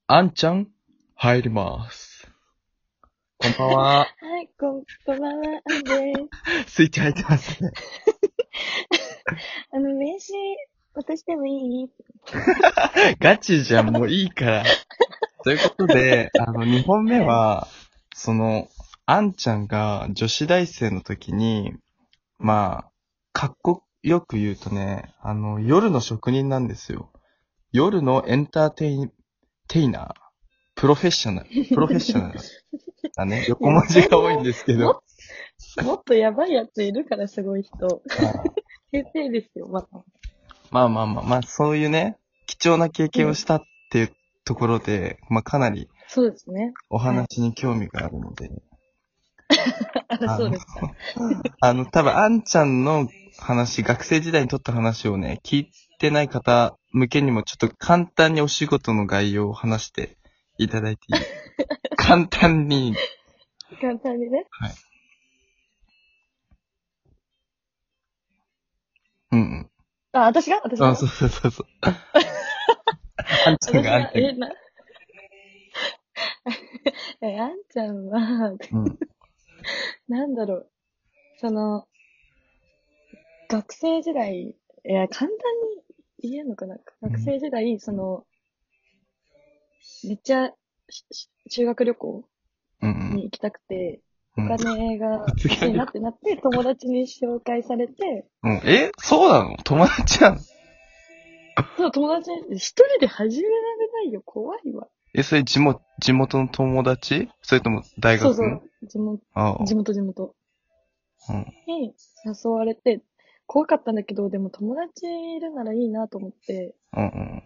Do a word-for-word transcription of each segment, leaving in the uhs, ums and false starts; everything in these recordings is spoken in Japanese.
あんちゃん、入ります。こんばんは。 はい、こんばんは、あんです。 スイッチ入ってますね。 あの、名刺、渡してもいい？ ガチじゃん、もういいから。ということで、あの、にほんめは、その、あんちゃんが女子大生の時に、まあ、かっこよく言うとね、あの、夜の職人なんですよ。夜のエンターテイン、テイナー、プロフェッショナル、プロフェッショナルだね。横文字が多いんですけど。 も、もっとやばいやついるからすごい人。先生ですよ、また。 まあまあまあまあ、そういうね、貴重な経験をしたっていうところで、まあかなりそうですね。 おはい。 話に興味があるので、 あら、 あの、 そうですか。 あの、多分、あんちゃんの話、学生時代にとった話をね、聞いてない方向けにもちょっと簡単にお仕事の概要を話していただいていい？簡単に。 簡単にね。 はい。うんうん。 あ、私が私あ、 がそうそうそうそう。あんちゃんが、あんち私が、 ゃんが。 え、な、え、あんちゃんは、 うん。 なんだろう。その、学生時代、いや、簡単に言えるのかな。学生時代、その、めっちゃ、しし修学旅行うんうん。 に行きたくて、おうん。 金が卒業旅行。 欲しいなってなって、友達に紹介されて、 うん。えそうなの？友達なの？ そう、友達に、一人で始められないよ、怖いわ。 え、それ地元、地元の友達？それとも大学の？ そうそう、地元、 ああ。 地元、地元うん。 に誘われて、怖かったんだけど、でも友達いるならいいなと思って、 うん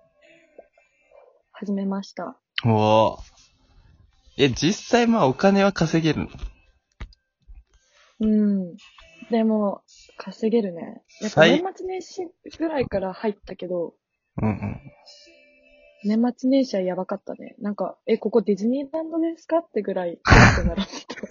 始めました。 うん。おー。え、実際まあお金は稼げるの？ うん。でも、稼げるね。やっぱ年最、 末年始ぐらいから入ったけど、 うんうん。 年末年始はやばかったね。なんか、え、ここディズニーランドですかってぐらいテント並んでた。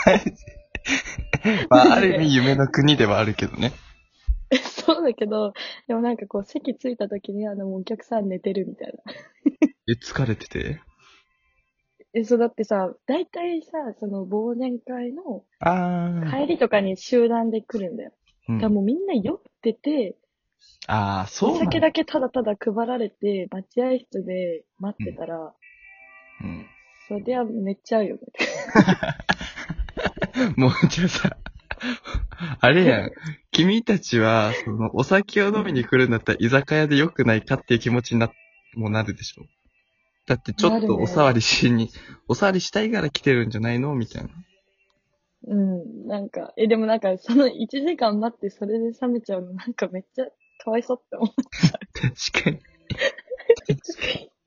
まあある意味マジで。 夢の国ではあるけどね。 え、そうだけど、でもなんかこう、席着いた時に、あの、もうお客さん寝てるみたいな。 え、疲れてて？ え、そうだってさ、大体さ、その忘年会のあ帰りとかに集団で来るんだよ。 ー。うだからん。 もうみんな酔ってて、 ああ、 おそうなんだ。 酒だけただただ配られて、待合室で待っうん。 てたら、 うん。 そりゃ寝ちゃうよね。 もうじゃあさ、あれやん。君たちは、その、お酒を飲みに来るんだったら居酒屋で良くないかっていう気持ちにな、もうなるでしょ。だってちょっなるね。 とおさわりしに、おさわりしたいから来てるんじゃないのみたいな。 うん。なんか、え、でもなんか、そのいちじかん待ってそれで冷めちゃうの、なんかめっちゃかわいそうって思っちゃう。 確かに。確かに。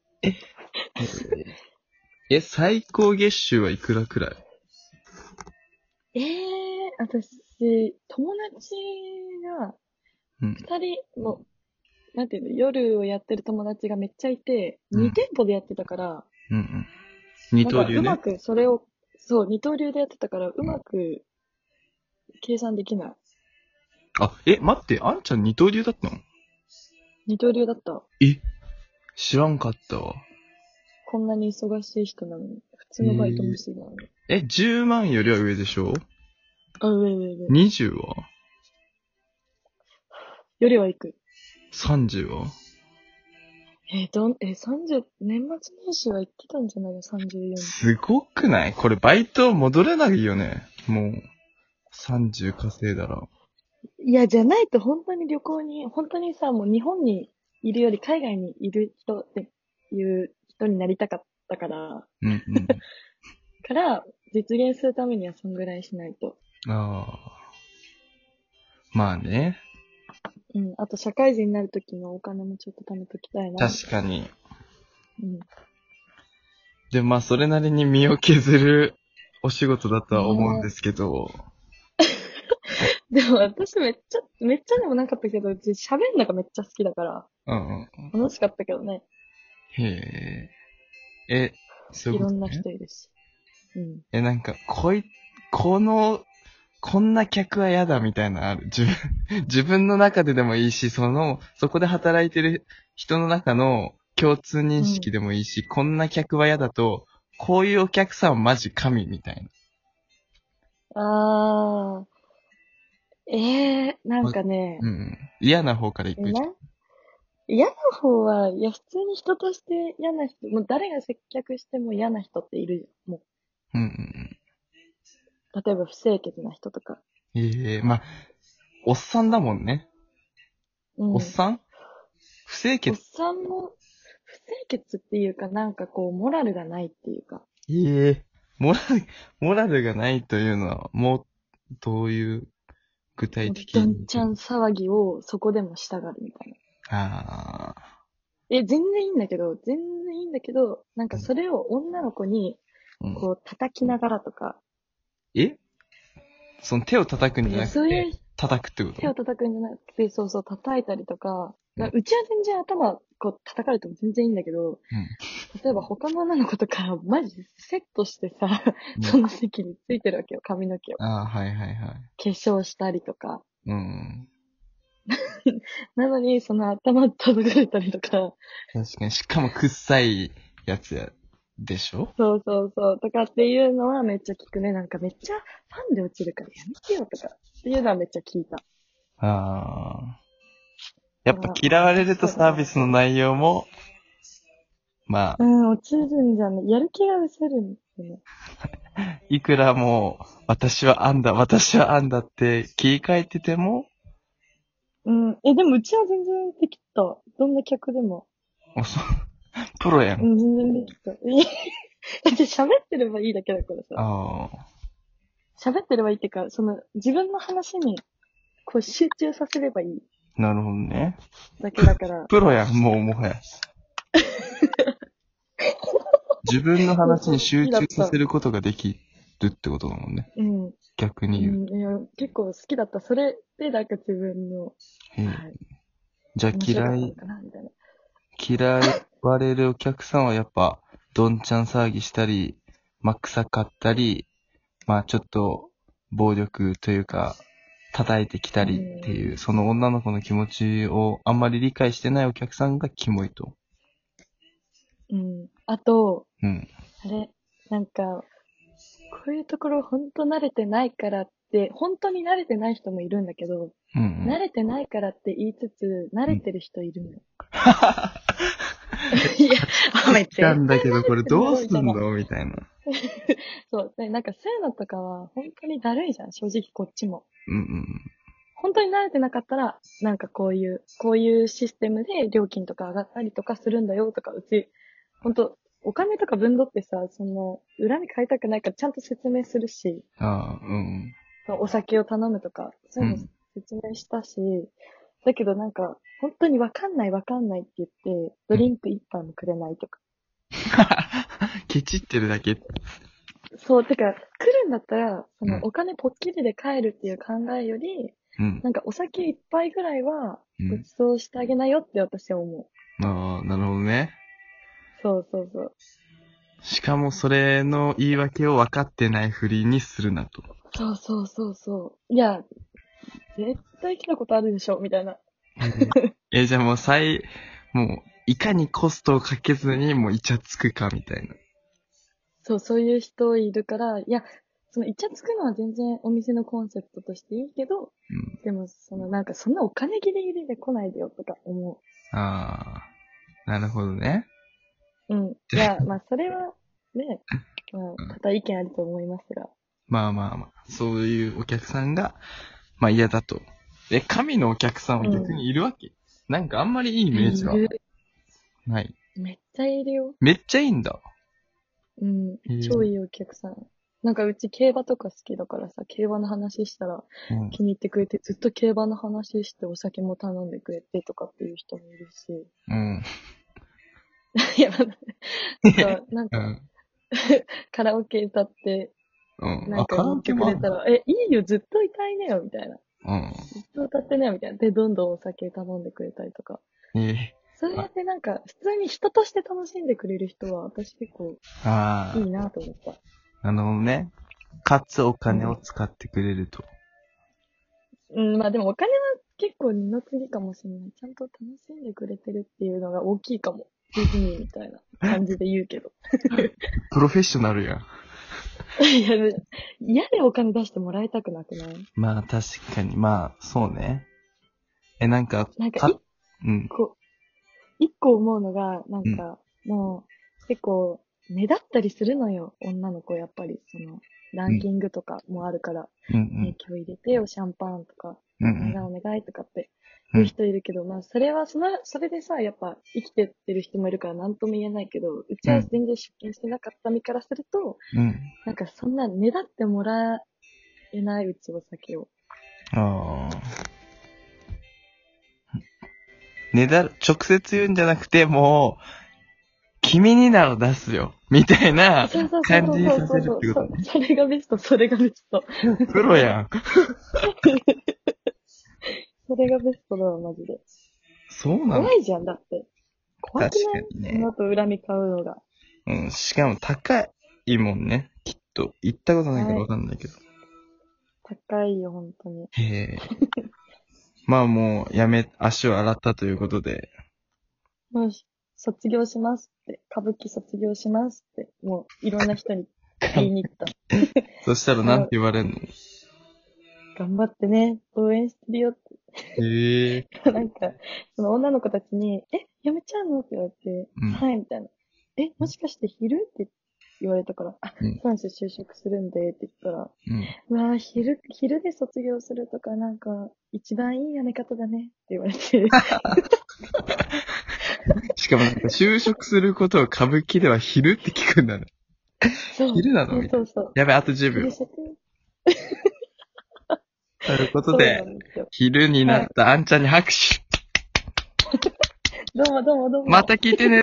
ええ、最高月収はいくらくらい？ ええー、私、友達が、 うん。 二人の、なんていうの、夜をやってる友達がめっちゃいて、 うん。 二店舗でやってたから、 うんうん。二なんか刀流ね。 うまくそれを、そう、二刀流でやってたから、うまく計算できない。 あ、え、待って、あんちゃん二刀流だったの？ 二刀流だった。 え、知らんかったわ。 こんなに忙しい人なのに。普通えのバイトもー、 してたのに。 え、じゅうまんよりは上でしょ？ あ、上上上。 にじゅう は？ よりは行く。 さんじゅう は？ えー、どん、えー、さんじゅう、年末年始は行ってたんじゃないの？ さんじゅうよん。 すごくない？これバイト戻れないよね。もう、さんじゅう稼いだら。 いや、じゃないと本当に旅行に、本当にさ、もう日本にいるより海外にいる人っていう人になりたかったから、 うんうん。 から、実現するためにはそんぐらいしないと。 ああ。まあね。 うん。あと、社会人になるときのお金もちょっと貯めときたいな。 確かに。 うん。 でもまあそれなりに身を削るお仕事だとは思うんでねすけど。 え。でも私めっちゃ、めっちゃでもなかったけど、うち喋るのがめっちゃ好きだから、 うんうん。 楽しかったけどね。 へえ。え、そういういろんなことね。 人いるし。うん。 え、なんか、こい、この、こんな客は嫌だみたいなのある。自分、自分の中ででもいいし、その、そこで働いてる人の中の共通認識でもいいし、うん、こんな客は嫌だと、こういうお客さんはマジ神みたいな。あー。ええー、なんかね。 うん。嫌な方から行くじゃん。 嫌な方は、いや、普通に人として嫌な人、もう誰が接客しても嫌な人っているよ、もう。うんうんうん。 例えば不清潔な人とか。 ええー、まあ、おっさんだもんね。うん、おっさん不清潔。 おっさんも、不清潔っていうか、なんかこう、モラルがないっていうか。 ええー、モラル、モラルがないというのは、もう、どういう具体的に。 どんちゃん騒ぎをそこでもしたがるみたいな。 ああ。 え、全然いいんだけど、全然いいんだけど、なんかそれを女の子に、こう、叩きながらとか。 うん、えその手を叩くんじゃなくて、そういう叩くってこと？ 手を叩くんじゃなくて、そうそう、叩いたりとか、うん、うちは全然頭、こう、叩かれても全然いいんだけど、うん、例えば他の女の子とか、マジセットしてさ、うん、その席についてるわけよ、髪の毛を。 ああ、はいはいはい。化粧したりとか。 うん。 なのに、その頭叩かれたりとか。 確かに、しかも臭いやつや、でしょ？ そうそうそう。とかっていうのはめっちゃ聞くね。なんかめっちゃファンで落ちるからやめてよとかっていうのはめっちゃ聞いた。 ああ。やっぱ嫌われるとサービスの内容も、まあ。 うん、落ちるんじゃね。やる気が失せるんですよね。 いくらもう、私はあんだ、私はあんだって切り替えてても、 うん。え、でもうちは全然できた。どんな客でも。 プロやん。 うん、全然できた。だって喋ってればいいだけだからさ。 ああ。 喋ってればいいっていうか、その、自分の話に、こう集中させればいい。 なるほどね。 だけだから。 プロやん、もうもはや。自分の話に集中させることができるってことだもんね。 うん。 逆に言う。 うん、いや、結構好きだった。それで、なんか自分の、はい。 じゃあ嫌い、嫌われるお客さんはやっぱ、どんちゃん騒ぎしたり、まあ、臭かったり、まあちょっと暴力というか、叩いてきたりっていう、うん、その女の子の気持ちをあんまり理解してないお客さんがキモいと。 うん。あと、 うん。 あれ、なんか、こういうところ本当慣れてないからって、本当に慣れてない人もいるんだけど、うんうん、慣れてないからって言いつつ、慣れてる人いるのよ。いや、お前来たんだけど、これどうすんのみたいな。 そう。で、なんかそういうのとかは、本当にだるいじゃん、正直こっちも。 うんうん。 本当に慣れてなかったら、なんかこういう、こういうシステムで料金とか上がったりとかするんだよとか、うち、本当お金とか分取ってさ、その、恨み買いたくないからちゃんと説明するし。 ああ、うん。 お酒を頼むとか、そういうの説明したし、うん、だけどなんか、本当にわかんないわかんないって言って、ドリンク一杯もくれないとか。 ケチってるだけ。 そう、てか、来るんだったら、その、お金ポッキリで帰るっていう考えより、うん、なんかお酒一杯ぐらいは、ご馳走してあげなよって私は思う。うん、ああ、なるほどね。 そうそうそう。 しかもそれの言い訳を分かってないふりにするなと。 そうそうそうそう。いや、絶対来たことあるでしょ、みたいな。 え、じゃあもう最、もう、いかにコストをかけずにもうイチャつくかみたいな。 そう、そういう人いるから、いや、そのイチャつくのは全然お店のコンセプトとしていいけど、うん、でもそのなんかそんなお金ギリギリで来ないでよとか思う。 ああ、なるほどね。 うん。いや、まあそれはね、まあ、多々意見あると思いますが。 まあまあまあ、そういうお客さんが、まあ嫌だと。え、神のお客さんは逆にいるわけ、うん、なんかあんまりいいイメージはない。 めっちゃいるよ。 めっちゃいいんだ。 うん。超いいお客さん。なんかうち競馬とか好きだからさ、競馬の話したら気に入ってくれて、うん、ずっと競馬の話してお酒も頼んでくれてとかっていう人もいるし。うん。いや、そうなんか、うん、カラオケ歌って、うん、なんか言ってくれたら、え、いいよ、ずっと歌いねよ、みたいな。うん。ずっと歌ってねよ、みたいな。で、どんどんお酒頼んでくれたりとか。ええー。そうやってなんか、普通に人として楽しんでくれる人は、私結構、いいなと思った。 あのね、かつお金を使ってくれると。 うん、うん、まあでもお金は結構二の次かもしれない。ちゃんと楽しんでくれてるっていうのが大きいかも。 excuse me みたいな感じで言うけど。 プロフェッショナルやん。 いや、嫌でお金出してもらいたくなくない？ まあ確かに、まあ、そうね。え、なんか、 なんか、 か一うん。 個、一個思うのが、なんか、もう、結構、目立ったりするのよ、女の子、やっぱり、その、ランキングとかもあるから、 うんうね、 ん。 今日入れてよ、シャンパンとか、 うんお願いお願いとかってうん言う人いるけど、まあ、それは、その、それでさ、やっぱ、生きてってる人もいるから、なんとも言えないけど、うちは全然出勤してなかった身からすると、 うん。 なんか、そんな、目立ってもらえないうちお酒を。 ああ。ねだる、直接言うんじゃなくて、もう、君になら出すよ。みたいなそうそうそう感じにそうさせるそうそうそってことね。 う。それがベスト、それがベスト。 プロやん。 それがベストだわ、マジで。 そうなの？ 怖いじゃん、だって。怖く確ない？ かにねその後恨み買うのが。 うん、しかも高いもんね。きっと。行ったことないからわかんないけど。 高いよ、本当に。 へえ。まあもう、やめ、足を洗ったということで。 もう、卒業しますって、歌舞伎卒業しますって、もう、いろんな人に言いに行った。 そしたらなんて言われんの？ 頑張ってね、応援してるよっへえ。 て。なんか、その女の子たちに、え、やめちゃうのって言われて、 うんはい、みたいな。え、もしかして昼って言われたから、あ、 うんそうなんですよ、就職するんでって言ったら、 うん。 うわぁ、昼、昼で卒業するとか、なんか、一番いいやめ方だねって言われて。 しかもなんか就職することを歌舞伎では昼って聞くんだね。 そう。 昼なそうのみたいな。 そうそう。 やべ、あとじゅうびょう就。職ということそうでな、んですよ。 昼になったあんちゃんに拍手。 どうもどうもどうも。 また聞いてね。